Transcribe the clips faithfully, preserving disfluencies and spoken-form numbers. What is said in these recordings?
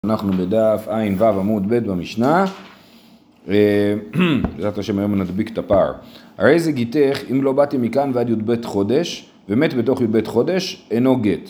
אנחנו בדף עין וו עמוד ב' במשנה, בעזרת השם היום נדביק את הפער. הרי זה גיתך אם לא באתי מכאן ועד י"ב חודש ומת בתוך י"ב חודש אינו גט.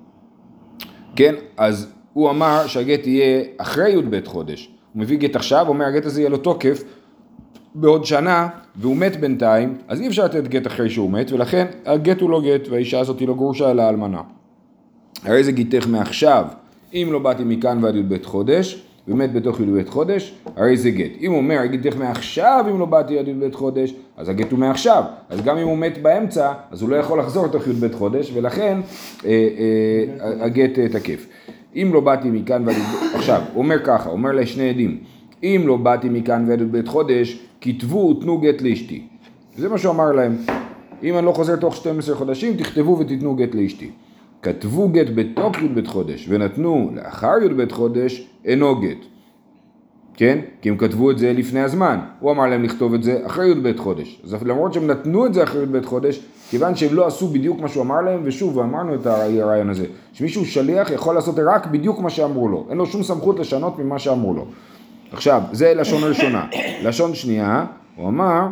כן, אז הוא אמר שהגט יהיה אחרי י"ב חודש. הוא מביא גט עכשיו, הוא אומר הגט הזה יהיה לו תוקף בעוד שנה והוא מת בינתיים, אז אי אפשר לתת גט אחרי שהוא מת, ולכן הגט הוא לא גט והאישה הזאת היא לא גרושה אלא אלמנה. הרי זה גיתך מעכשיו אם לא באתי מכאן ועד י"ב חודש, ומת בתוך י"ב חודש, הרי זה גט. אם הוא אומר, גיתך מעכשיו אם לא באתי עד י"ב חודש, אז הגט הוא מעכשיו. אז גם אם הוא מת באמצע, אז הוא לא יכול לחזור לתוך י"ב חודש, ולכן אה, אה, הגט אה, תקף. אם לא באתי מכאן ועד י"ב... עכשיו, הוא אומר ככה, הוא אומר לשני עדים, אם לא באתי מכאן ועד י"ב חודש, כתבו ותנו גט לאשתי. זה מה שהוא אמר להם. אם אני לא חוזר תוך שנים עשר חודשים, תכתבו ותתנו גט לאשתי. כתבו גט בתוך י"ב חודש ונתנו לאחר י"ב חודש אינו גט. כן? כי הם כתבו את זה לפני הזמן. הוא אמר להם לכתוב את זה אחרי י"ב חודש. אז למרות שהם נתנו את זה אחרי י"ב חודש, כיוון שהם לא עשו בדיוק מה שהוא אמר להם, ושוב, אמרנו את הרעיון הזה, שמישהו שליח יכול לעשות רק בדיוק מה שאמרו לו. אין לו שום סמכות לשנות ממה שאמרו לו. עכשיו, זה לשון ראשונה. לשון שנייה, הוא אמר,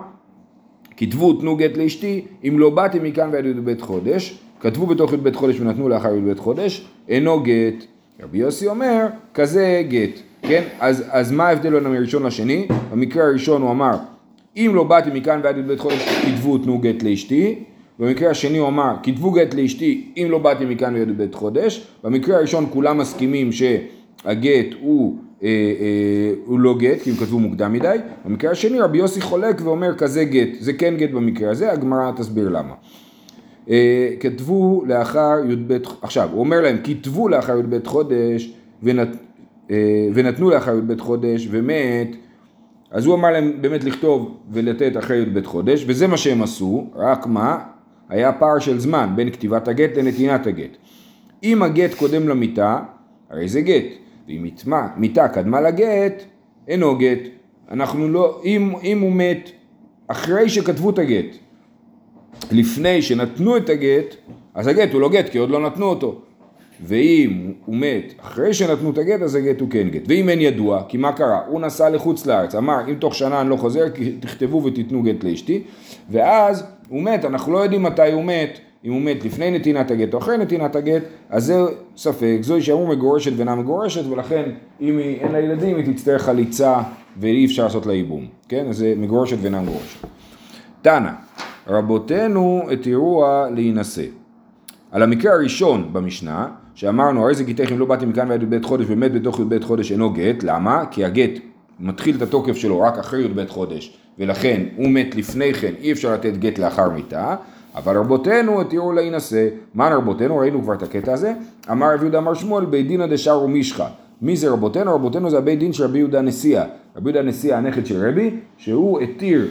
כתבו תנו גט לאשתי, אם לא באתי מכאן ועד י"ב חודש, כתבו בתוך י"ב חודש ונתנו לאחר י"ב חודש, אינו גט. רבי יוסי אומר, כזה גט. כן? אז, אז מה ההבדל בין הראשון לשני? במקרה הראשון הוא אמר, אם לא באתי מכאן ועד י"ב חודש, כתבו תנו גט לאשתי. במקרה השני הוא אמר, כתבו גט לאשתי, אם לא באתי מכאן ועד י"ב חודש. במקרה הראשון כולם מסכימים שהגט הוא, אה, אה, הוא לא גט, כי הם כתבו מוקדם מדי. במקרה השני רבי יוסי חולק ואומר, כזה גט. זה כן גט במקרה הזה, הגמרא תסביר למה. Uh, כתבו לאחר י"ב, עכשיו הוא אומר להם כתבו לאחר י"ב חודש ונת, uh, ונתנו לאחר י"ב חודש ומת, אז הוא אמר להם באמת לכתוב ולתת אחרי י"ב חודש, וזה מה שהם עשו, רק מה? היה פער של זמן בין כתיבת הגט לנתינת הגט. אם הגט קודם למיטה, הרי זה גט, ואם מיטה, מיטה קדמה לגט, אינו גט. אנחנו לא, אם, אם הוא מת אחרי שכתבו את הגט, לפני שנתנו את הגט, אז הגט הוא לא גט, כי עוד לא נתנו אותו. ואם הוא מת אחרי שנתנו את הגט, אז הגט הוא כן גט. ואם אין ידוע, כי מה קרה? הוא נסע לחוץ לארץ, אמר, אם תוך שנה אני לא חוזר, תכתבו ותתנו גט לאשתי. ואז הוא מת, אנחנו לא יודעים מתי הוא מת, אם הוא מת לפני נתינת הגט או אחרי נתינת הגט, אז זה ספק, זו יישארו מגורשת ואינה מגורשת, ולכן אם אין לה ילדים, היא תצטרך חליצה ואי אפשר לעשות לה ייבום. כן? אז זה מגורשת ואינה מגורשת. תנא, רבותינו התירוה להינשא. על המקרה הראשון במשנה, שאמרנו, הרי זה גיתך אם לא באתי מכאן ועד י"ב חודש ומת בתוך י"ב חודש אינו גט, למה? כי הגט מתחיל את התוקף שלו רק אחרי י"ב חודש, ולכן הוא מת לפני כן, אי אפשר לתת גט לאחר מיתה, אבל רבותינו התירוה להינשא. מה רבותינו? ראינו כבר את הקטע הזה. אמר רבי יהודה אמר שמואל, בית דינא דשאר ומישחא. מי זה רבותינו? רבותינו זה הבית דין של רבי יהודה הנשיאה. רבי יהודה הנשיאה הנכד של רבי, שהוא התיר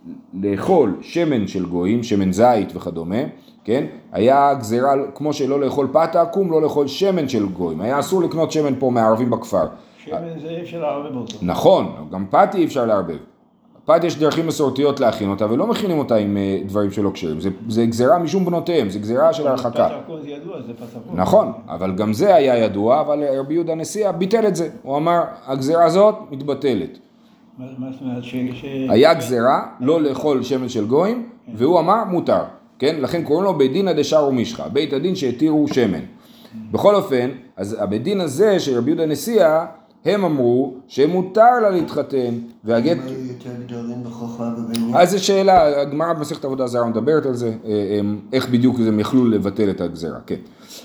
לאכול שמן של גויים, שמן זית וכדומה, כן? היה גזירה, כמו שלא לאכול פת העקום, לא לאכול שמן של גויים. היה אסור לקנות שמן פה מהערבים בכפר. שמן זה אי אפשר לערבב אותו. נכון, גם פת אי אפשר לערבב. פת יש דרכים מסורתיות להכין אותה, ולא מכינים אותה עם דברים שלא קשרים. זה, זה גזירה משום בנותיהם, זה גזירה של הרחקה. פת העקום זה ידוע, זה פת העקום. נכון, אבל גם זה היה ידוע, אבל רבי יהודה הנשיאה ביטל את זה. הוא אמר, הגזירה הזאת מתבטלת. מה זאת אומרת ש... היה גזירה לא לאכול שמן של גויים, והוא אמר מותר, כן? לכן קוראים לו בית דינא דשאר ומישחא, בית הדין שהתירו שמן. בכל אופן, אז הבית דין הזה של רבי יהודה הנשיאה, הם אמרו שמותר לה להתחתן, והגט... מה היו יותר גדולים בחוכמה ובעניין? אז זו שאלה, הגמרא במסכת עבודה זרה מדברת על זה, איך בדיוק הם יכלו לבטל את הגזירה, כן.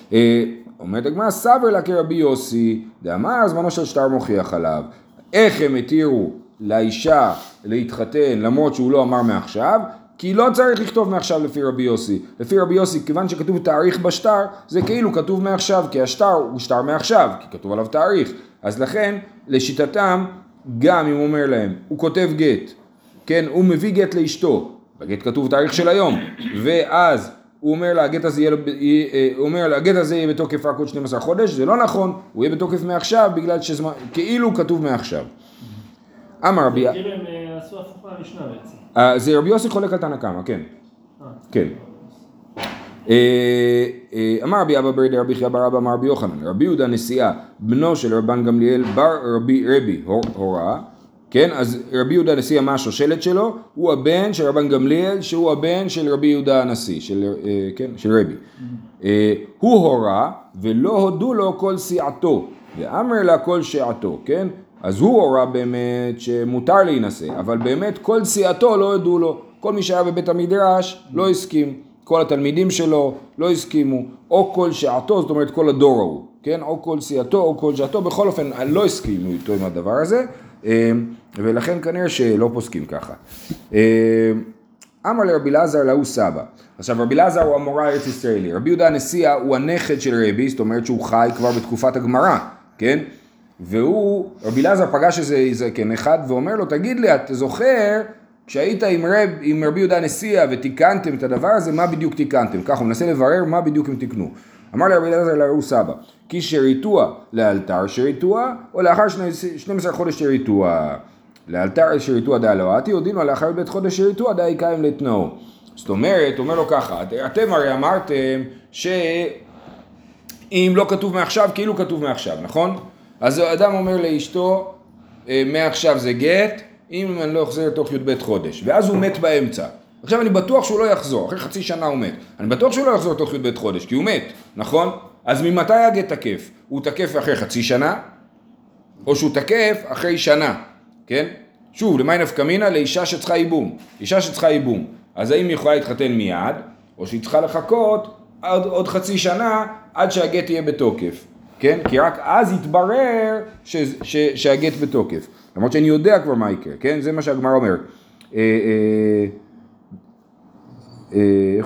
אומרת הגמרא, סבר לה כרבי יוסי, דאמר זמנו של שטר מוכיח עליו, איך הם התירו לאישה להתחתן למרות שהוא לא אמר מעכשיו, כי לא צריך לכתוב מעכשיו לפי רבי יוסי. לפי רבי יוסי, כיוון שכתוב תאריך בשטר, זה כאילו כתוב מעכשיו, כי השטר הוא שטר מעכשיו, כי כתוב עליו תאריך. אז לכן, לשיטתם, גם אם הוא אומר להם, הוא כותב גט, כן, הוא מביא גט לאשתו, בגט כתוב תאריך של היום, ואז הוא אומר לה, הגט הזה יהיה, הוא אומר לה, הגט הזה יהיה בתוקף רק עוד שנים עשר חודש, זה לא נכון, הוא יהיה בתוקף מעכשיו, בגלל שזמן, כאילו כתוב מעכשיו. אמר רבי... כאילו הם עשו הפוכה למשנה בעצם. זה רבי יוסי חולק על תנא קמא, כן. כן. אמר רבי אבא בר דרבי חייא בר אבא אמר רבי יוחנן, רבי יהודה נשיאה, בנו של רבן גמליאל בר רבי רבי הוראה, כן, אז רבי יהודה הנשיא, מה השושלת שלו? הוא הבן של רבן גמליאל, שהוא הבן של רבי יהודה הנשיא, של, כן, של רבי. הוא הורה, ולא הודו לו כל סיעתו, ואמר לה כל שעתו, כן? אז הוא הורה באמת שמותר להינשא, אבל באמת כל סיעתו לא הודו לו, כל מי שהיה בבית המדרש לא הסכים, כל התלמידים שלו לא הסכימו, או כל שעתו, זאת אומרת כל הדור ההוא, כן? או כל סיעתו או כל שעתו, בכל אופן לא הסכימו איתו עם הדבר הזה, ולכן כנראה שלא פוסקים ככה. אמר לרבי אלעזר להוא סבא. עכשיו רבי אלעזר הוא המורה הארץ ישראלי, רבי יהודה הנשיאה הוא הנכד של רבי, זאת אומרת שהוא חי כבר בתקופת הגמרא, כן? והוא, רבי אלעזר פגש איזה זקן אחד ואומר לו, תגיד לי, אתה זוכר כשהיית עם, רב, עם רבי יהודה הנשיאה ותיקנתם את הדבר הזה, מה בדיוק תיקנתם? ככה הוא מנסה לברר מה בדיוק הם תיקנו. אמר לרבי אלעזר להוא סבא, כי שריתוע לאלתר שריתוע, או לאחר שנים עשר חודש שריתוע. לאלתר שריתוע דא אלוהתי, או דינו לאחר בית חודש שריתוע דא יקיים לתנאו. זאת אומרת, אומר לו ככה, אתם הרי אמרתם שאם לא כתוב מעכשיו, כאילו כתוב מעכשיו, נכון? אז האדם אומר לאשתו, מעכשיו זה גט, אם אני לא אחזר תוך י"ב חודש, ואז הוא מת באמצע. עכשיו אני בטוח שהוא לא יחזור, אחרי חצי שנה הוא מת. אני בטוח שהוא לא יחזור תוך י"ב חודש, כי הוא מת, נכון? אז ממתי הגט תקף? הוא תקף אחרי חצי שנה, או שהוא תקף אחרי שנה, כן? שוב, למי נפקא מינה? לאישה שצריכה ייבום. אישה שצריכה ייבום. אז האם היא יכולה להתחתן מיד, או שהיא צריכה לחכות עוד, עוד חצי שנה עד שהגט יהיה בתוקף, כן? כי רק אז יתברר ש, ש, שהגט בתוקף. למרות שאני יודע כבר מה יקרה, כן? זה מה שהגמרא אומר. אה, אה,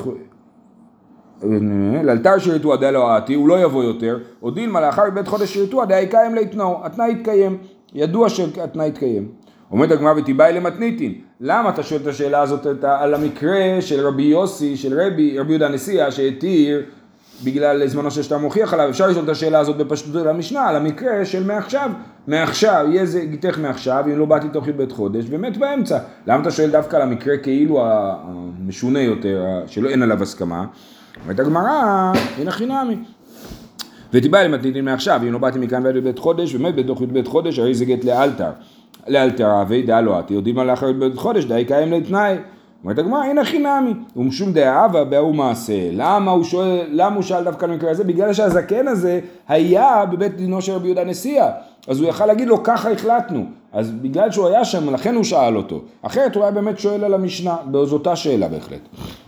אה, לאלתר שריתוע דא אלוהתי, הוא לא יבוא יותר, או דילמה לאחר בית חודש שריתוע דא יקיים לתנאו, התנאי יתקיים, ידוע שהתנאי יתקיים. אומרת הגמרא ותיבאי למתניתין, למה אתה שואל את השאלה הזאת על המקרה של רבי יוסי, של רבי, רבי יהודה הנשיאה שהתיר בגלל זמנו ששתה מוכיח עליו? אפשר לשאול את השאלה הזאת בפשטות על המשנה, על המקרה של מעכשיו, מעכשיו, יהיה זה גיתך מעכשיו, אם לא באתי תוך י"ב חודש, ומת באמצע. למה אתה שואל דווקא על המקרה כאילו המשונה יותר, שלא אין עליו הסכמה? אומרת הגמרא, הנה חינמי. ותיבאי למתניתין מעכשיו, אם לא באתי מכאן ועד י"ב חודש, ומת בתוך י"ב חודש, הרי זה גט לאלתר. לאלתר אבי דא אלוהתי, יודעים על אחר י"ב חודש, דא יקיים לתנאי. אומרת הגמרא, הנה חינמי, ומשום דאהבה בהוא מעשה. למה הוא שואל, למה הוא שאל דווקא במקרה הזה? בגלל שהזקן הזה היה בבית דינו של רבי יהודה הנשיאה. אז הוא יכל להגיד לו, ככה החלטנו. אז בגלל שהוא היה שם, לכן הוא שאל אותו. אחרת הוא היה באמת שואל על המשנה, באותה שאלה בהחלט.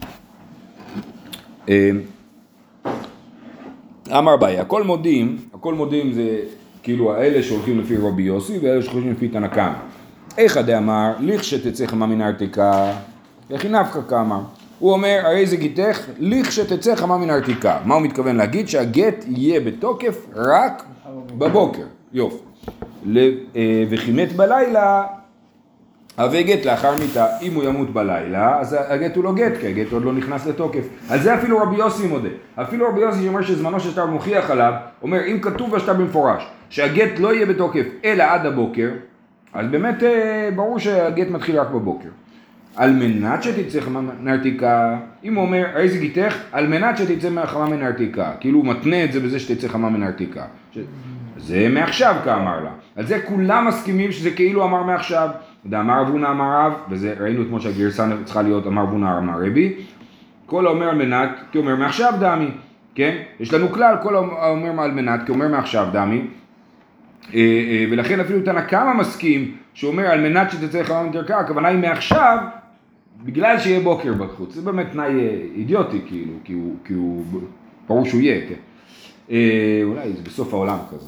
אמר ביי, הכל מודים, הכל מודים זה כאילו האלה שהולכים לפי רבי יוסי ואלה שהולכים לפי תנא קמא. איך דאמר, לכשתצא חמה מן הארתיקה, איך נפקא קמא. הוא אומר, הרי זה גיתך, לכשתצא חמה מן הארתיקה. מה הוא מתכוון להגיד? שהגט יהיה בתוקף רק בבוקר. יופי. וחימת בלילה, הווה גט לאחר מיתה. אם הוא ימות בלילה, אז הגט הוא לא גט, כי הגט עוד לא נכנס לתוקף. על זה אפילו רבי יוסי מודה. אפילו רבי יוסי שאומר שזמנו ששתה מוכיח עליו, אומר, אם כתוב ושתה במפורש, שהגט לא יהיה בתוקף אלא עד הבוקר, אז באמת ברור שהגט מתחיל רק בבוקר. על מנת שתצא חמה מן הארתיקה, אם הוא אומר, הרי זה גיתך, על מנת שתצא חמה מן הארתיקה, כאילו הוא מתנה את זה בזה שתצא חמה מן הארתיקה. ש... זה מעכשיו כאמר לה. על זה כולם מסכימים שזה כאילו אמר מעכשיו. דאמר אבונה אמר רב, וזה ראינו אתמול שהגרסה צריכה להיות אמר אבונה אמר רבי. כל האומר על מנת, כי אומר מעכשיו דמי, כן? יש לנו כלל, כל האומר על מנת, כי אומר מעכשיו דמי. ולכן אפילו תנא קמא מסכים, שאומר על מנת שתצא חמה מן הארתיקה, הכוונה היא מעכשיו, בגלל שיהיה בוקר בחוץ. זה באמת תנאי אידיוטי, כאילו, כי הוא, כי הוא, ברור שהוא יהיה, כן? אולי זה בסוף העולם כזה.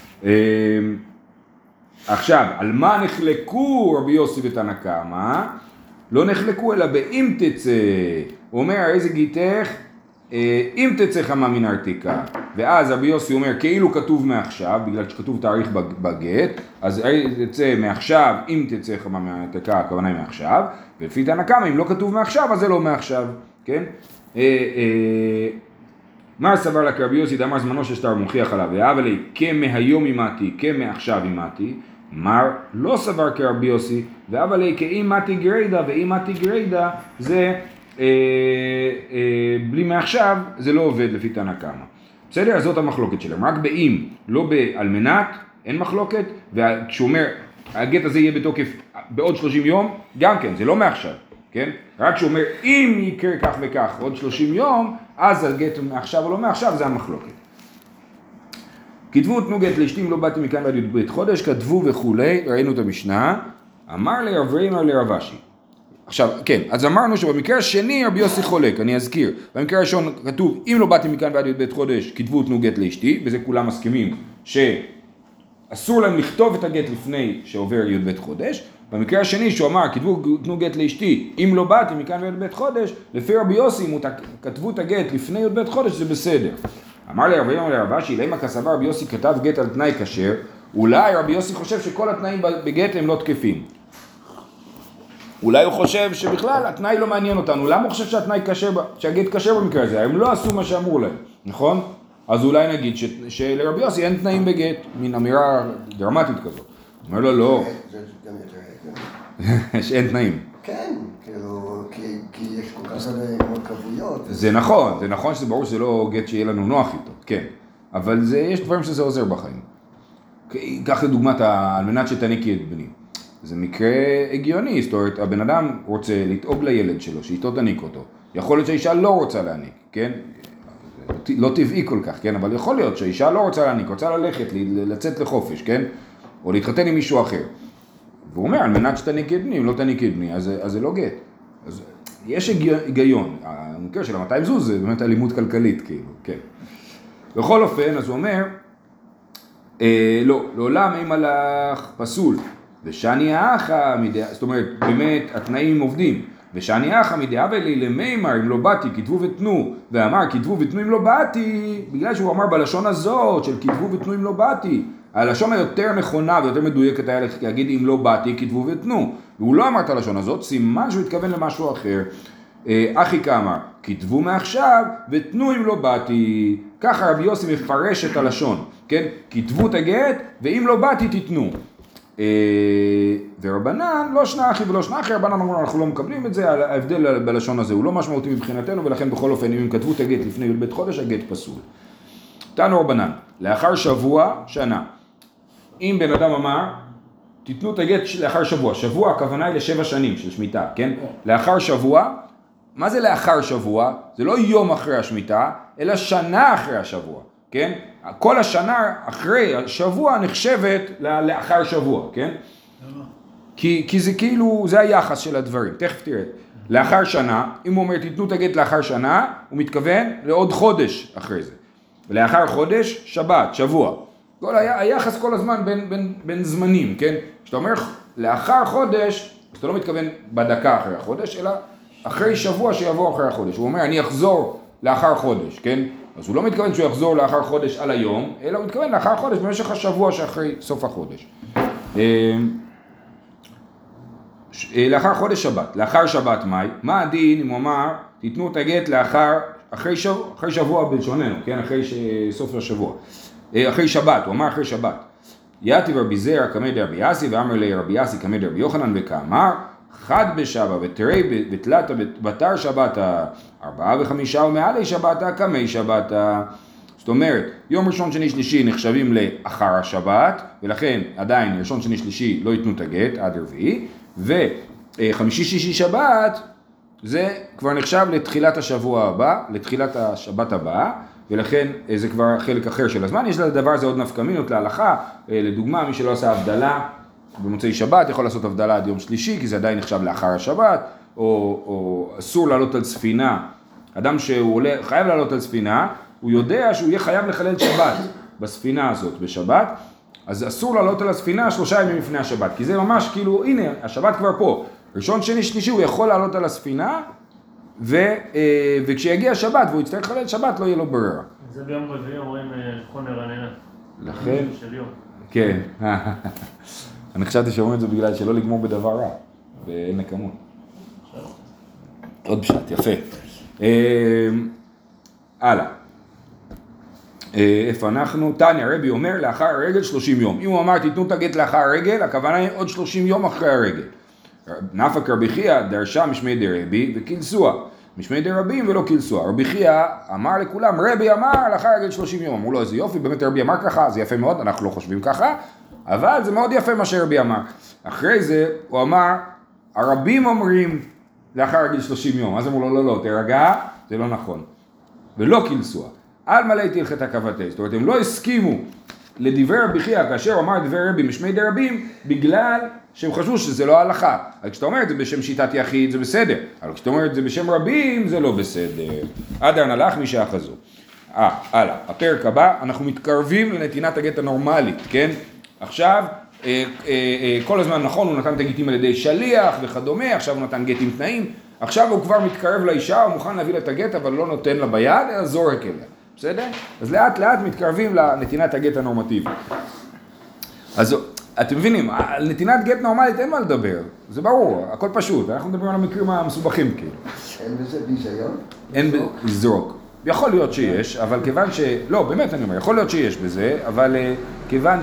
עכשיו, על מה נחלקו רבי יוסי ותנא קמא? לא נחלקו אלא באם תצא. הוא אומר, הרי זה גיתך, אם תצא חמה מן הארתיקה. ואז רבי יוסי אומר, כאילו כתוב מעכשיו, בגלל שכתוב תאריך בגט, אז הרי תצא מעכשיו, אם תצא חמה מן הארתיקה, הכוונה היא מעכשיו, ולפי תנא קמא, אם לא כתוב מעכשיו, אז זה לא מעכשיו, כן? מר סבר לה כרבי יוסי דאמר זמנו ששתה מוכיח עליו, ואהבה לי כמהיום אימתי, כמעכשיו אימתי, מר לא סבר כרבי יוסי, ואהבה לי כאימתי גרידא, ואימתי גרידא זה אה, אה, בלי מעכשיו זה לא עובד לפי תנא קמא. בסדר? אז זאת המחלוקת שלהם. רק באם, לא בעל מנת, אין מחלוקת, וכשהוא אומר, הגט הזה יהיה בתוקף בעוד שלושים יום, גם כן, זה לא מעכשיו, כן? רק כשהוא אומר, אם יקרה כך וכך עוד שלושים יום, אז הגט מעכשיו או לא מעכשיו, זה המחלוקת. כתבו תנו גט לאשתי אם לא באתי מכאן ועד י"ב חודש, כתבו וכולי, ראינו את המשנה, אמר לרב רימר לרב אשי. עכשיו, כן, אז אמרנו שבמקרה השני רבי יוסי חולק, אני אזכיר, במקרה הראשון כתוב, אם לא באתי מכאן ועד י"ב חודש, כתבו תנו גט לאשתי, וזה כולם מסכימים, שאסור להם לכתוב את הגט לפני שעובר י"ב חודש, במקרה השני שהוא אמר, כתבו תנו גט לאשתי, אם לא באתי מכאן ועד י"ב חודש, לפי רבי יוסי, אם כתבו את הגט לפני י"ב חודש, זה בסדר. אמר לי רבי יוסי לרב אשי, למה כסבר רבי יוסי כתב גט על תנאי כשר, אולי רבי יוסי חושב שכל התנאים בגט הם לא תקפים. אולי הוא חושב שבכלל התנאי לא מעניין אותנו, למה הוא חושב שהתנאי כשר, שהגט כשר במקרה הזה, הם לא עשו מה שאמרו להם, נכון? אז אולי נגיד ש, שלרבי יוסי אין תנאים בגט, מין אמירה דרמטית כזאת. אומר לו לא. זה גם יותר... שאין תנאים. כן, כאילו, כי, כי יש כל כך הרבה מורכבויות. זה נכון, זה נכון שזה ברור שזה לא גט שיהיה לנו נוח איתו, כן. אבל זה, יש דברים שזה עוזר בחיים. קח לדוגמת, על מנת שתניקי את בני. זה מקרה הגיוני, זאת אומרת, הבן אדם רוצה לדאוג לילד שלו, שאיתו תניק אותו. יכול להיות שהאישה לא רוצה להניק, כן? לא טבעי כל כך, כן? אבל יכול להיות שהאישה לא רוצה להניק, רוצה ללכת, לצאת לחופש, כן? או להתחתן עם מישהו אחר. והוא אומר, על מנת שתניק את בני, אם לא תניק את בני, אז, אז זה לא גט. אז יש היגיון. המקרה של ה-מאתיים זוז זה באמת אלימות כלכלית, כאילו, כן. בכל אופן, אז הוא אומר, אה, לא, לעולם אם הלך פסול. ושאני האחה מדעה, זאת אומרת, באמת התנאים עובדים, ושאני האחה מדעה ולי למימר אם לא באתי, כתבו ותנו, ואמר כתבו ותנו אם לא באתי, בגלל שהוא אמר בלשון הזאת של כתבו ותנו אם לא באתי, הלשון היותר נכונה ויותר מדויקת היה להגיד אם לא באתי, כתבו ותנו, והוא לא אמר את הלשון הזאת, סימן שהוא התכוון למשהו אחר. אחי כאמר, כתבו מעכשיו ותנו אם לא באתי, ככה רבי יוסי מפרש את הלשון, כן? כתבו את הגט ואם לא באתי תתנו. ורבנן לא שנה אחי ולא שנה אחי, רבנן אמרו אנחנו לא מקבלים את זה, ההבדל בלשון הזה הוא לא משמעותי מבחינתנו, ולכן בכל אופן אם הם כתבו את הגט לפני י"ב חודש הגט פסול. תנו רבנן, לאחר שבוע שנה, אם בן אדם אמר תתנו את הגט לאחר שבוע, שבוע הכוונה היא לשבע שנים של שמיטה, כן? לאחר שבוע, מה זה לאחר שבוע? זה לא יום אחרי השמיטה, אלא שנה אחרי השבוע, כן? כל השנה אחרי השבוע נחשבת לאחר שבוע, כן? כי, כי זה כאילו, זה היחס של הדברים, תכף תראה. לאחר שנה, אם הוא אומר תתנו את הגט לאחר שנה, הוא מתכוון לעוד חודש אחרי זה. ולאחר חודש, שבת, שבוע. כל ה- היחס כל הזמן בין, בין, בין זמנים, כן? כשאתה אומר לאחר חודש, אז אתה לא מתכוון בדקה אחרי החודש, אלא אחרי שבוע שיבוא אחרי החודש. הוא אומר אני אחזור לאחר חודש, כן? אז הוא לא מתכוון שהוא יחזור לאחר חודש על היום, אלא הוא מתכוון לאחר חודש במשך השבוע שאחרי סוף החודש. לאחר חודש שבת, לאחר שבת מאי, מה הדין אם הוא אמר, תיתנו את הגט לאחר, אחרי שבוע, אחרי שבוע בלשוננו, כן? אחרי סוף השבוע. אחרי שבת, הוא אמר אחרי שבת. יתיב רבי זרע קמא דרבי יאסי, ואמר לי רבי יאסי קמא דרבי יוחנן וכאמר, חד בשבא ותרי בתלתה בתר שבתה, ארבעה וחמישה ומעלי שבתה, קמי שבתה. זאת אומרת, יום ראשון שני שלישי נחשבים לאחר השבת, ולכן עדיין ראשון שני שלישי לא ייתנו את הגט עד רביעי, וחמישי שישי שבת זה כבר נחשב לתחילת השבוע הבא, לתחילת השבת הבאה, ולכן זה כבר חלק אחר של הזמן. יש לדבר הזה עוד נפקא מינות להלכה, לדוגמה מי שלא עשה הבדלה במוצאי שבת יכול לעשות הבדלה עד יום שלישי, כי זה עדיין נחשב לאחר השבת, או, או אסור לעלות על ספינה. אדם שהוא עולה, חייב לעלות על ספינה, הוא יודע שהוא יהיה חייב לחלל שבת בספינה הזאת בשבת, אז אסור לעלות על הספינה שלושה ימים לפני השבת, כי זה ממש כאילו, הנה, השבת כבר פה. ראשון, שני, שלישי הוא יכול לעלות על הספינה, ו, וכשיגיע השבת והוא יצטרך לחלל שבת לא יהיה לו ברירה. זה ביום רביעי אומרים חומר עננה. לכן, כן. אני חשבתי שאומרים את זה בגלל שלא לגמור בדבר רע, ואין נקמות. עוד פשט, יפה. הלאה. איפה אנחנו? תניא רבי אומר לאחר הרגל שלושים יום. אם הוא אמר תיתנו את הגט לאחר הרגל, הכוונה היא עוד שלושים יום אחרי הרגל. נפק רבי חייא דרשה משמי דרבי וכילסוה. משמי דרבים ולא קילסוה. רבי חייא אמר לכולם, רבי אמר לאחר הגיל שלושים יום. אמרו לו, איזה יופי, באמת רבי אמר ככה, זה יפה מאוד, אנחנו לא חושבים ככה, אבל זה מאוד יפה מה שרבי אמר. אחרי זה הוא אמר, הרבים אומרים לאחר הגיל שלושים יום. אז אמרו לו, לא, לא, תרגע, זה לא נכון. ולא קילסוה. על מלא תלכת הכבתי. זאת אומרת, הם לא הסכימו לדבר רבי חייא, כאשר הוא אמר דבר רבי משמי דרבים, בגלל שהם חשבו שזה לא ההלכה. אבל כשאתה אומר את זה בשם שיטת יחיד, זה בסדר. אבל כשאתה אומר את זה בשם רבים, זה לא בסדר. אדרן הלך משעה חזו. אה, הלאה. הפרק הבא, אנחנו מתקרבים לנתינת הגט הנורמלית, כן? עכשיו, אה, אה, אה, כל הזמן נכון, הוא נתן את הגטים על ידי שליח וכדומה, עכשיו הוא נתן גט עם תנאים, עכשיו הוא כבר מתקרב לאישה, הוא מוכן להביא לה את הגט, אבל לא נותן לה ביד, אלא זורק אליה. בסדר? אז לאט לאט מתקרבים לנתינת הגט הנורמטיבי. אז אתם מבינים, על נתינת גט נורמלית אין מה לדבר, זה ברור, הכל פשוט, אנחנו מדברים על המקרים המסובכים כאילו. אין בזה ביזיון? אין בזרוק. יכול להיות שיש, אבל כיוון ש... לא, באמת אני אומר, יכול להיות שיש בזה, אבל כיוון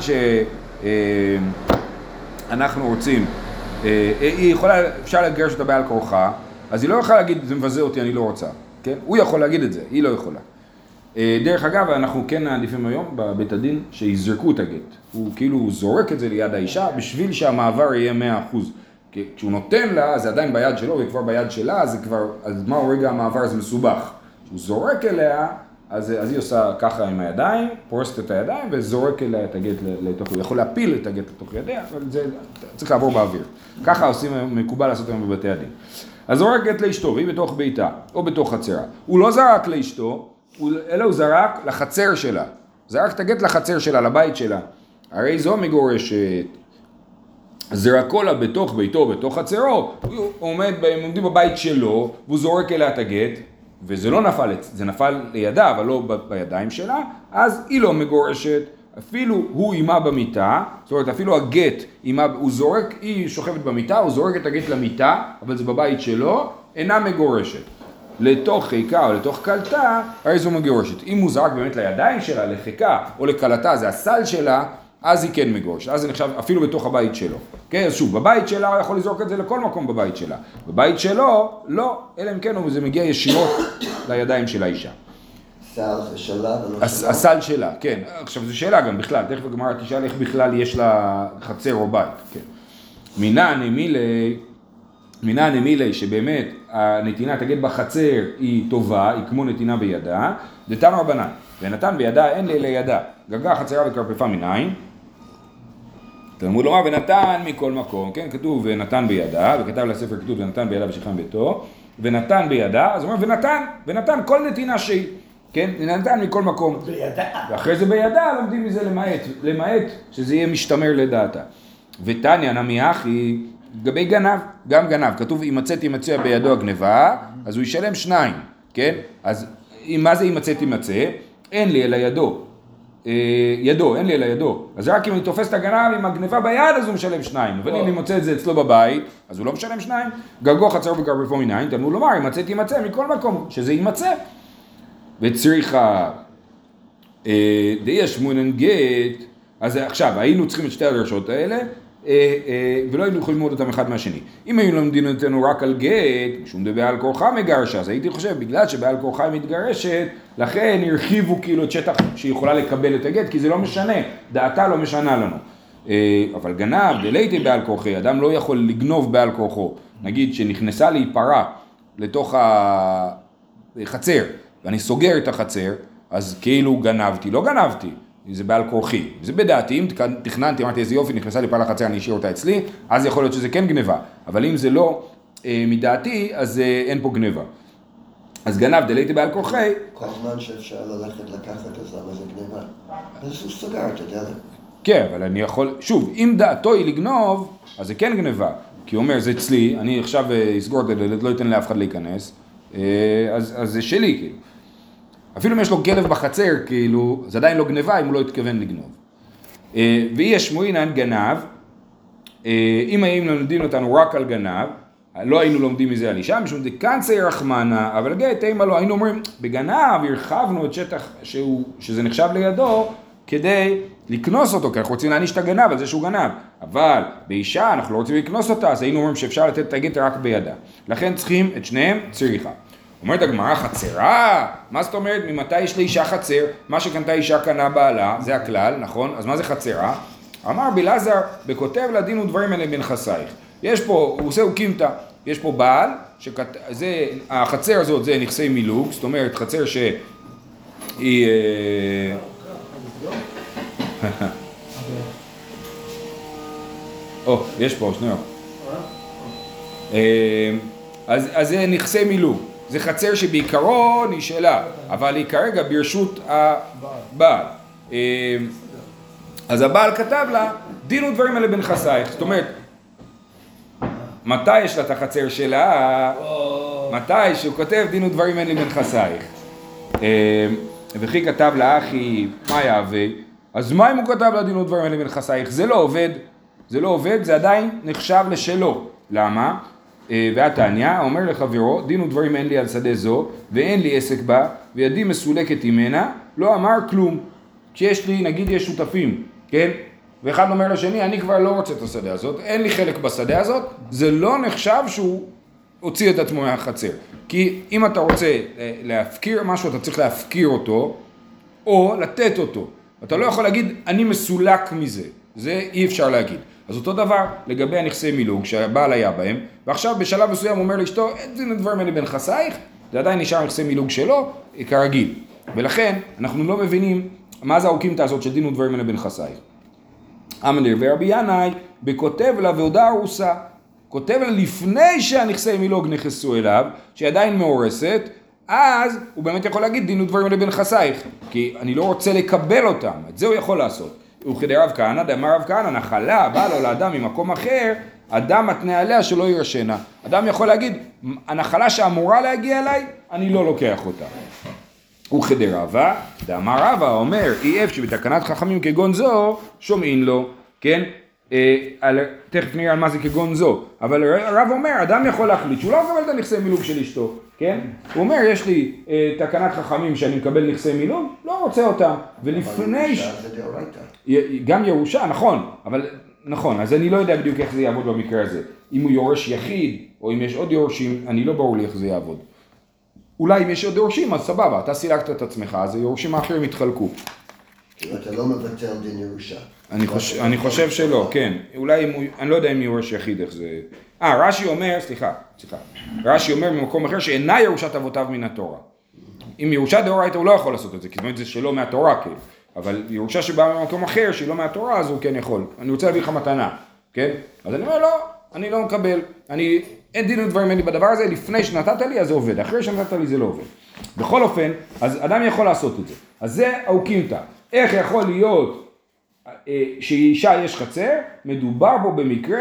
שאנחנו רוצים, היא יכולה, אפשר לגרש אותה בעל כורחה, אז היא לא יכולה להגיד, זה מבזה אותי, אני לא רוצה, כן? הוא יכול להגיד את זה, היא לא יכולה. דרך אגב, אנחנו כן מעדיפים היום בבית הדין שיזרקו את הגט. הוא כאילו זורק את זה ליד האישה בשביל שהמעבר יהיה מאה אחוז. כשהוא נותן לה, זה עדיין ביד שלו, וכבר ביד שלה, זה כבר, אז מהו רגע המעבר, זה מסובך. כשהוא זורק אליה, אז, אז היא עושה ככה עם הידיים, פורסת את הידיים, וזורק אליה את הגט לתוך, הוא יכול להפיל את הגט לתוך ידיה, אבל זה צריך לעבור באוויר. ככה עושים, מקובל לעשות היום בבתי הדין. אז זורק גט לאשתו, והיא בתוך ביתה, או בתוך חצרה. הוא לא זרק לאשתו, אלא הוא זרק לחצר שלה, זרק את הגט לחצר שלה, לבית שלה, הרי זו מגורשת, זרקו לה בתוך ביתו, בתוך חצרו, הוא עומד, הם עומדים בבית שלו, והוא זורק אליה את הגט, וזה לא נפל, זה נפל לידה, אבל לא בידיים שלה, אז היא לא מגורשת, אפילו הוא אימה במיטה, זאת אומרת אפילו הגט, אימה, הוא זורק, היא שוכבת במיטה, הוא זורק את הגט למיטה, אבל זה בבית שלו, אינה מגורשת. לתוך חיקה או לתוך קלטה, הרי זו מגורשת. אם הוא זרק באמת לידיים שלה, לחיקה או לקלטה, זה הסל שלה, אז היא כן מגורשת. אז זה נחשב אפילו בתוך הבית שלו. כן, אז שוב, בבית שלה הוא יכול לזרוק את זה לכל מקום בבית שלה. בבית שלו, לא, אלא אם כן, זה מגיע ישירות לידיים של האישה. סל זה שלה ולא שלה? הסל שלה, כן. עכשיו זו שאלה גם בכלל, תכף הגמרא תשאל איך בכלל יש לה חצר או בית, כן. מינן מילי, מינן מילי שבאמת הנתינת הגט בחצר היא טובה, היא כמו נתינה בידה, דתניא רבנן, ונתן בידה אין לי לידה, גגה חצרה וקרפפה מנין, תלמוד לומר ונתן מכל מקום, כן, כתוב ונתן בידה, וכתב לספר כתוב ונתן בידה בשכם ביתו, ונתן בידה, אז הוא אומר ונתן, ונתן כל נתינה שהיא, כן, ונתן מכל מקום. בידה. ואחרי זה בידה לומדים מזה למעט, למעט שזה יהיה משתמר לדעתה. ותניא נמי אחי, גבי גנב, גם גנב, כתוב אם מצאת ימצא בידו הגנבה, אז הוא ישלם שניים, כן? אז מה זה אם מצאת ימצא? אין לי אלא ידו, ידו, אין לי אלא ידו. אז רק אם אני תופס את הגנב עם הגנבה ביד, אז הוא משלם שניים. אבל אם אני מוצא את זה אצלו בבית, אז הוא לא משלם שניים. גגו חצר וקרפפה מנין, תלמוד לומר, אם מצאת ימצא מכל מקום, שזה ימצא. וצריכה די שמואנן גט, אז עכשיו היינו צריכים את שתי הדרשות האלה, ולא היינו יכולים ללמוד אותם אחד מהשני. אם היינו לומדים אותנו רק על גט, שום דבר על כורחה מגרשה, אז הייתי חושב, בגלל שבעל כורחה היא מתגרשת, לכן הרחיבו כאילו את שטח שהיא יכולה לקבל את הגט, כי זה לא משנה, דעתה לא משנה לנו. אבל גנב, דלייתי בעל כורחי, אדם לא יכול לגנוב בעל כורחו. נגיד שנכנסה לי פרה לתוך החצר, ואני סוגר את החצר, אז כאילו גנבתי, לא גנבתי. זה בעל כורחי, זה בדעתי, אם תכננתי, אמרתי איזה יופי, נכנסה לי פעם לחצר, אני אשאיר אותה אצלי, אז יכול להיות שזה כן גניבה, אבל אם זה לא אה, מדעתי, אז אה, אין פה גניבה. אז גנב, דלייתי בעל כורחי. כל זמן שאפשר ללכת לקחת את זה, אבל זה גניבה. אז הוא סוגר את הדלת. כן, אבל אני יכול, שוב, אם דעתו היא לגנוב, אז זה כן גניבה, כי הוא אומר, זה אצלי, אני עכשיו אסגור את הדלת, לא אתן לאף אחד להיכנס, אה, אז, אז זה שלי, כאילו. אפילו אם יש לו כלב בחצר, כאילו, זה עדיין לא גניבה אם הוא לא התכוון לגנוב. ואי השמואנן גנב, אם היינו לומדים אותנו רק על גנב, לא היינו לומדים מזה על אישה, משום דקנצי רחמנה, אבל גט אימה לא, היינו אומרים, בגנב הרחבנו את שטח שהוא, שזה נחשב לידו, כדי לקנוס אותו, כי אנחנו רוצים להעניש את הגנב על זה שהוא גנב. אבל באישה אנחנו לא רוצים לקנוס אותה, אז היינו אומרים שאפשר לתת את הגט רק בידה. לכן צריכים את שניהם צריכה. אומרת הגמרא, חצרה? מה זאת אומרת, ממתי יש לאישה חצר? מה שקנתה אישה קנה בעלה, זה הכלל, נכון? אז מה זה חצרה? אמר בלעזר, בכותב לדין ודברים אלה בין חסייך. יש פה, הוא עושה אוקימתא, יש פה בעל, שכת... זה, החצר הזאת זה נכסי מילוג, זאת אומרת חצר שהיא... או, יש פה, שנייה. אז, אז זה נכסי מילוג, זה חצר שבעיקרון היא שלה, אבל היא כרגע ברשות הבעל. אז הבעל כתב לה, דין ודברים אלה בין חסייך, זאת אומרת, מתי יש לה את החצר שלה? מתי שהוא כותב דין ודברים אלה בין חסייך. וכי כתב לה אחי, מה יעווה? אז מה אם הוא כתב לה דין ודברים אלה בין חסייך? זה לא עובד, זה לא עובד, זה עדיין נחשב לשלו. למה? והתניא אומר לחברו, דין ודברים אין לי על שדה זו, ואין לי עסק בה, וידי מסולקת ממנה, לא אמר כלום. כשיש לי, נגיד יש שותפים, כן? ואחד אומר לשני, אני כבר לא רוצה את השדה הזאת, אין לי חלק בשדה הזאת, זה לא נחשב שהוא הוציא את עצמו מהחצר. כי אם אתה רוצה להפקיר משהו, אתה צריך להפקיר אותו, או לתת אותו. אתה לא יכול להגיד, אני מסולק מזה. זה אי אפשר להגיד. אז אותו דבר לגבי הנכסי מילוג שהבעל היה בהם, ועכשיו בשלב מסוים הוא אומר לאשתו, אין דין הדברים האלה בין חסייך, זה עדיין נשאר נכסי מילוג שלו, כרגיל. ולכן אנחנו לא מבינים מה זה האוקימתא הזאת של דין ודברים האלה בין חסייך. אמר ורבי ינאי, בכותב לה והודעה ארוסה, כותב לה לפני שהנכסי מילוג נכנסו אליו, שהיא עדיין מאורסת, אז הוא באמת יכול להגיד דין ודברים האלה בין חסייך, כי אני לא רוצה לקבל אותם, את זה הוא יכול לעשות. וכדי רב כהנא, דאמר רב כהנא, נחלה בא לו לאדם ממקום אחר, אדם מתנה עליה שלא ירשנה. אדם יכול להגיד, הנחלה שאמורה להגיע אליי, אני לא לוקח אותה. וכדי רבא, דאמר רבא, אומר, אי אף שבתקנת חכמים כגון זו, שומעים לו, כן? אה, על, תכף נראה על מה זה כגון זו, אבל רב אומר, אדם יכול להחליט שהוא לא מקבל את הנכסי מילוג של אשתו, כן? הוא אומר, יש לי אה, תקנת חכמים שאני מקבל נכסי מילוג, לא רוצה אותם, ולפני... אבל ירושה זה דאורייתא. גם ירושה, נכון, אבל נכון, אז אני לא יודע בדיוק איך זה יעבוד במקרה הזה. אם הוא יורש יחיד, או אם יש עוד יורשים, אני לא ברור לי איך זה יעבוד. אולי אם יש עוד יורשים, אז סבבה, אתה סילקת את עצמך, אז היורשים האחרים יתחלקו. כאילו אתה לא מבטל דין ירושה. אני חושב, אני חושב שלא, כן. אולי אם הוא, אני לא יודע אם יורש יחיד איך זה... אה, רש"י אומר, סליחה, סליחה. רש"י אומר במקום אחר שאינה ירושת אבותיו מן התורה. אם ירושה דאורייתא הוא לא יכול לעשות את זה, כי זאת אומרת זה שלא מהתורה, כן. אבל ירושה שבאה ממקום אחר שהיא לא מהתורה, אז הוא כן יכול. אני רוצה להביא לך מתנה, כן? אז אני אומר, לא, אני לא מקבל. אני, אין דין ודברים אין לי בדבר הזה, לפני שנתת לי, אז זה עובד. אחרי שנתת לי, זה לא עובד. בכל אופן, אז אדם יכול לעשות את זה. אז זה האוקימתא. איך יכול להיות שאישה יש חצר? מדובר בו במקרה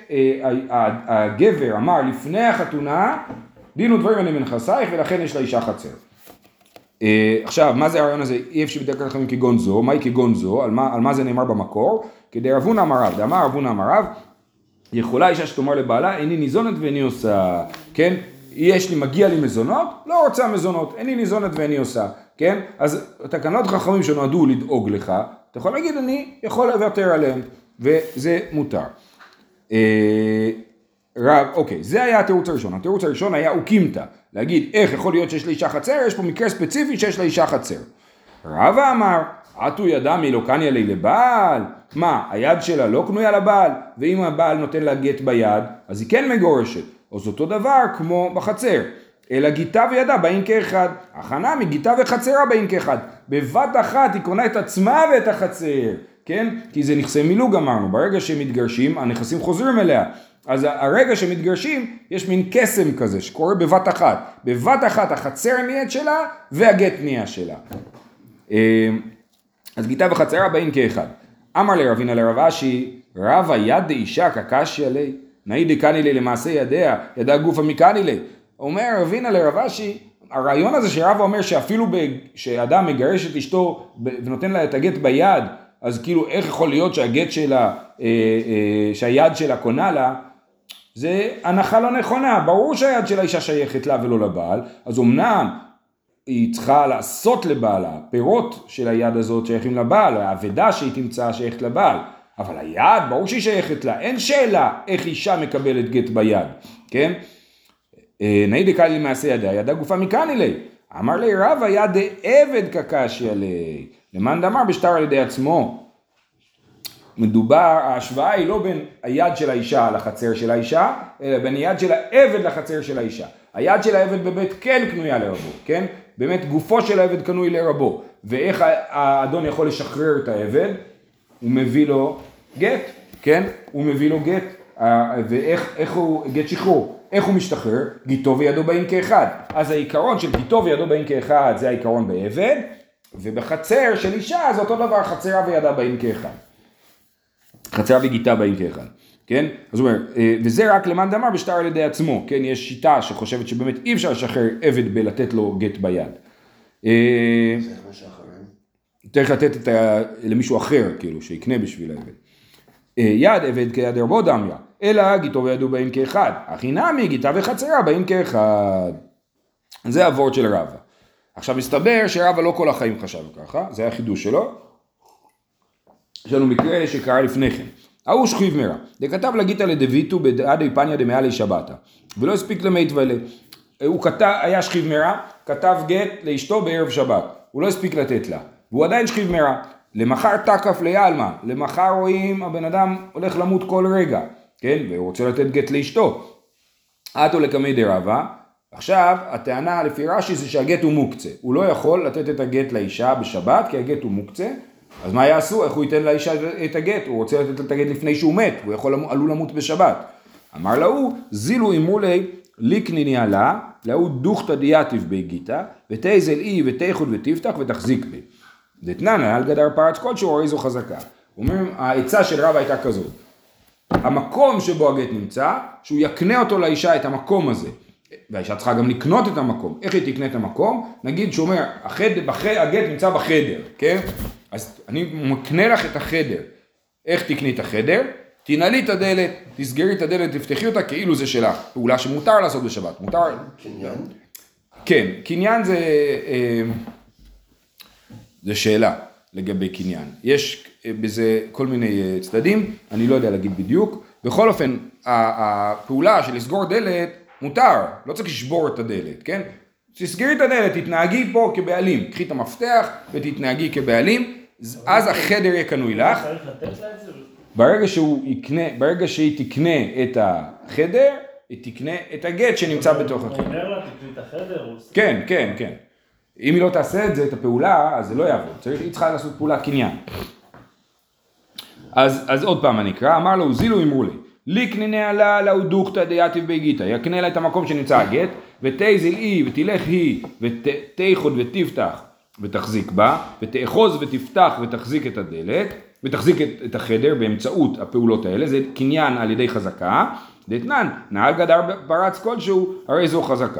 שהגבר אמר לפני החתונה, דין ודברים אין בין חסייך, ולכן יש לאישה חצר. עכשיו, מה זה הרעיון הזה? אי אפשר בדרך כלל כגון זו, מהי כגון זו? על מה, על מה זה נאמר במקור? כדי רבונה אמר רב, דאמר רבונה אמר רב, יכולה אישה שתאמר לבעלה, איני ניזונת ואיני עושה, כן? יש לי, מגיע לי מזונות, לא רוצה מזונות, איני ניזונת ואיני עושה, כן? אז תקנות חכמים שנועדו לדאוג לך, אתה יכול להגיד, אני יכול לוותר עליהם, וזה מותר. רב, אוקיי, זה היה התירוץ הראשון. התירוץ הראשון היה אוקימתא, להגיד איך יכול להיות שיש לאישה חצר, יש פה מקרה ספציפי שיש לאישה חצר. רבא אמר, עטו ידה מי לא קניה לי לבעל, מה, היד שלה לא קנויה לבעל, ואם הבעל נותן לה גט ביד, אז היא כן מגורשת, או זה אותו דבר כמו בחצר, אלא גיטה וידה באים כאחד, הכנה מגיטה וחצרה באים כאחד, בבת אחת היא קונה את עצמה ואת החצר, כן? כי זה נכסי מילוג אמרנו, ברגע שהם מתגרשים, הנכסים חוזרים אליה, אז הרגע שמתגרשים, יש מין קסם כזה שקורה בבת אחת. בבת אחת החצר נהיית שלה והגט נהיה שלה. אז גיטה וחצרה באים כאחד. אמר לרבינה לרב אשי, רב היד דאישה כקשי עלי, נאי דקני לי למעשה ידיה, ידע גופה מקני לי. אומר רבינה לרב אשי, הרעיון הזה שרב אומר שאפילו שאדם מגרש את אשתו ונותן לה את הגט ביד, אז כאילו איך יכול להיות שהגט שלה, שהיד שלה קונה לה, זה הנחה לא נכונה, ברור שהיד של האישה שייכת לה ולא לבעל, אז אמנם היא צריכה לעשות לבעלה, פירות של היד הזאת שייכים לבעל, העבדה שהיא תמצא שייכת לבעל, אבל היד ברור שהיא שייכת לה, אין שאלה איך אישה מקבלת גט ביד, כן? נאי דקאי למעשה ידה, ידה גופה מכאן אלי. אמר לי רבא יד עבד קקשי עלי. למאן דאמר בשטר על ידי עצמו. מדובר, ההשוואה היא לא בין היד של האישה לחצר של האישה, אלא בין היד של העבד לחצר של האישה. היד של העבד בבית כן קנויה לרבו, כן? באמת גופו של העבד קנוי לרבו. ואיך האדון יכול לשחרר את העבד? הוא מביא לו גט, כן? הוא מביא לו גט. ואיך איך הוא, גט שחרור, איך הוא משתחרר? גיטו וידו באים כאחד. אז העיקרון של גיטו וידו באים כאחד זה העיקרון בעבד, ובחצר של אישה זה אותו דבר, חצרה וידה באים כאחד. חצרה וגיטה באים כאחד, כן? אז הוא אומר, וזה רק למאן דאמר בשטר על ידי עצמו, כן? יש שיטה שחושבת שבאמת אי אפשר לשחרר עבד בלתת לו גט ביד. זה איך משחררים? צריך לתת את ה... למישהו אחר, כאילו, שיקנה בשביל העבד. יד עבד כיד רבו דמיה, אלא גיטו וידו באים כאחד. הכי נמי גיטה וחצרה באים כאחד. זה הוורד של רבא. עכשיו מסתבר שרבא לא כל החיים חשב ככה, זה היה חידוש שלו. יש לנו מקרה שקרה לפני כן. ההוא שכיב מרע, דכתב לגיטה לדביטו בדעדי פניה דמעלי שבתה, ולא הספיק למית ולה. הוא כתב, היה שכיב מרע, כתב גט לאשתו בערב שבת, הוא לא הספיק לתת לה, והוא עדיין שכיב מרע. למחר תקף ליעלמה, למחר רואים הבן אדם הולך למות כל רגע, כן? והוא רוצה לתת גט לאשתו. עתו לקמי דרבה, עכשיו הטענה לפי רש"י זה שהגט הוא מוקצה, הוא לא יכול לתת את הגט לאישה בשבת כי הגט הוא מוקצה, אז מה יעשו? איך הוא ייתן לאישה את הגט? הוא רוצה לתת את הגט לפני שהוא מת, הוא יכול עלול למות בשבת. אמר להוא, זילו אמרו לי, ליקני ניהלה, להוא דוכתא דיאטיב בהגיתא, ותזל אי ותיחוד ותפתח ותחזיק בי. דתנן, על גדר פרץ כלשהו, הרי זו חזקה. אומרים, העצה של רבא הייתה כזאת. המקום שבו הגט נמצא, שהוא יקנה אותו לאישה את המקום הזה. והאישה צריכה גם לקנות את המקום. איך היא תקנה את המקום? נגיד שהוא אומר, החדר, בחדר, הגט נמצא בחדר, כן? אז אני מקנה לך את החדר. איך תקני את החדר? תנעלי את הדלת, תסגרי את הדלת, תפתחי אותה כאילו זה שלך. פעולה שמותר לעשות בשבת. מותר... קניין? כן, קניין זה... זה שאלה לגבי קניין. יש בזה כל מיני צדדים, אני לא יודע להגיד בדיוק. בכל אופן, הפעולה של לסגור דלת מותר, לא צריך לשבור את הדלת, כן? תסגרי את הדלת, תתנהגי פה כבעלים, קחי את המפתח ותתנהגי כבעלים, אז החדר יהיה קנוי לך. צריך לתת לה את זה? ברגע שהוא יקנה, ברגע שהיא תקנה את החדר, היא תקנה את הגט שנמצא בתוך החדר. הוא אומר לה, תקני את החדר? כן, כן, כן. אם היא לא תעשה את זה, את הפעולה, אז זה לא יעבוד. צריך, היא צריכה לעשות פעולה קניין. אז, אז עוד פעם אני אקרא, אמר לו, זילו אמרו לי, ליקני נעלה לאו דוכתא דיאטיב בהגיתא, יקנה לה את המקום שנמצא הגט, ותזל אי ותלך היא, ותיחוד ותפתח ותחזיק בה, ותאחוז ותפתח ותחזיק את הדלת, ותחזיק את, את החדר באמצעות הפעולות האלה, זה קניין על ידי חזקה, דתנן, נעל גדר פרץ כלשהו, הרי זו חזקה.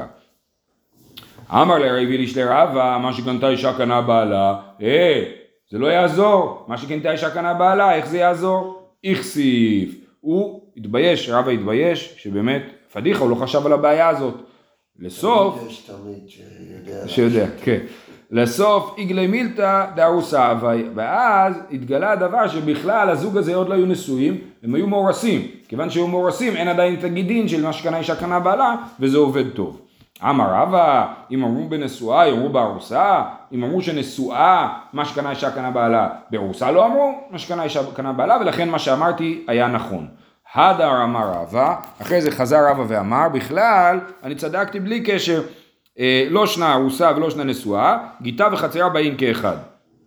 אמר לרבי ליש לרבא, מה שקנתה אישה קנה בעלה, אה, זה לא יעזור, מה שקנתה אישה קנה בעלה, איך זה יעזור? איכסיף. הוא התבייש, רבא התבייש, שבאמת, פדיחה, הוא לא חשב על הבעיה הזאת. לסוף, יש תמיד שיודע. שיודע, כן. לסוף, איגלי מילתא דארוסה, ואז התגלה הדבר שבכלל הזוג הזה עוד לא היו נשואים, הם היו מורסים. כיוון שהיו מורסים, אין עדיין את הגידין של מה שקנה אישה קנה בעלה, וזה עובד טוב. אמר רבא, אם אמרו בנשואה, אמרו בארוסה, אם אמרו שנשואה, מה שקנה אישה קנה בעלה, בארוסה לא אמרו, מה שקנה אישה קנה בעלה, ולכן מה שאמרתי היה נכון. הדר אמר רבא, אחרי זה חזר רבא ואמר, בכלל, אני צדקתי בלי קשר, אה, לא שנה ארוסה ולא שנה נשואה, גיטה וחצרה באים כאחד.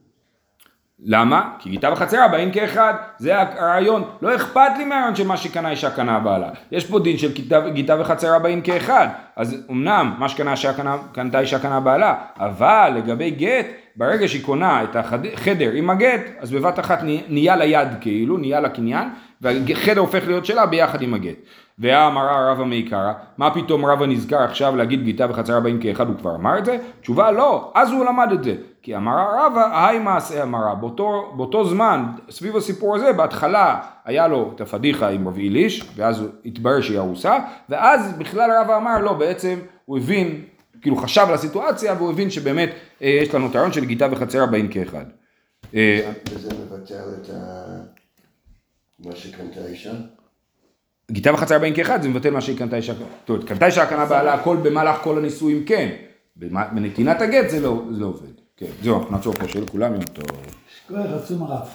למה? כי גיטה וחצרה באים כאחד, זה הרעיון, לא אכפת לי מהרעיון של מה שקנה אישה קנה בעלה, יש פה דין של גיטה, גיטה וחצרה באים כאחד, אז אמנם מה שקנה אישה קנה, קנתה אישה קנה בעלה, אבל לגבי גט, ברגע שהיא קונה את החדר עם הגט, אז בבת אחת נהיה ליד כאילו, נהיה לקניין, והחדר הופך להיות שלה ביחד עם הגט. והאמרה רבא מעיקרא, מה פתאום רבא נזכר עכשיו להגיד גיטה וחצרה באים כאחד, הוא כבר אמר את זה? תשובה לא, אז הוא למד את זה. כי אמרה רבא, היי מעשה אמרה, באותו, באותו זמן, סביב הסיפור הזה, בהתחלה היה לו את הפדיחה עם רבי איליש, ואז הוא התברר שהיא ארוסה, ואז בכלל רבא אמר לא, בעצם הוא הבין, כאילו חשב על הסיטואציה, והוא הבין שבאמת אה, יש לנו את הרעיון של גיטה וחצרה באים כאחד. וזה מבטל את מה שקנתה אישה? גיטה וחצר בין כאחד, זה מבטל מה שהיא קנתה אישה, זאת אומרת, קנתה אישה קנה בעלה הכל במהלך כל הנישואים, כן, בנתינת הגט זה לא, זה לא עובד, כן, זהו, אנחנו נעצור פה, שיהיה לכולם יום טוב. שכוח עצום הרב.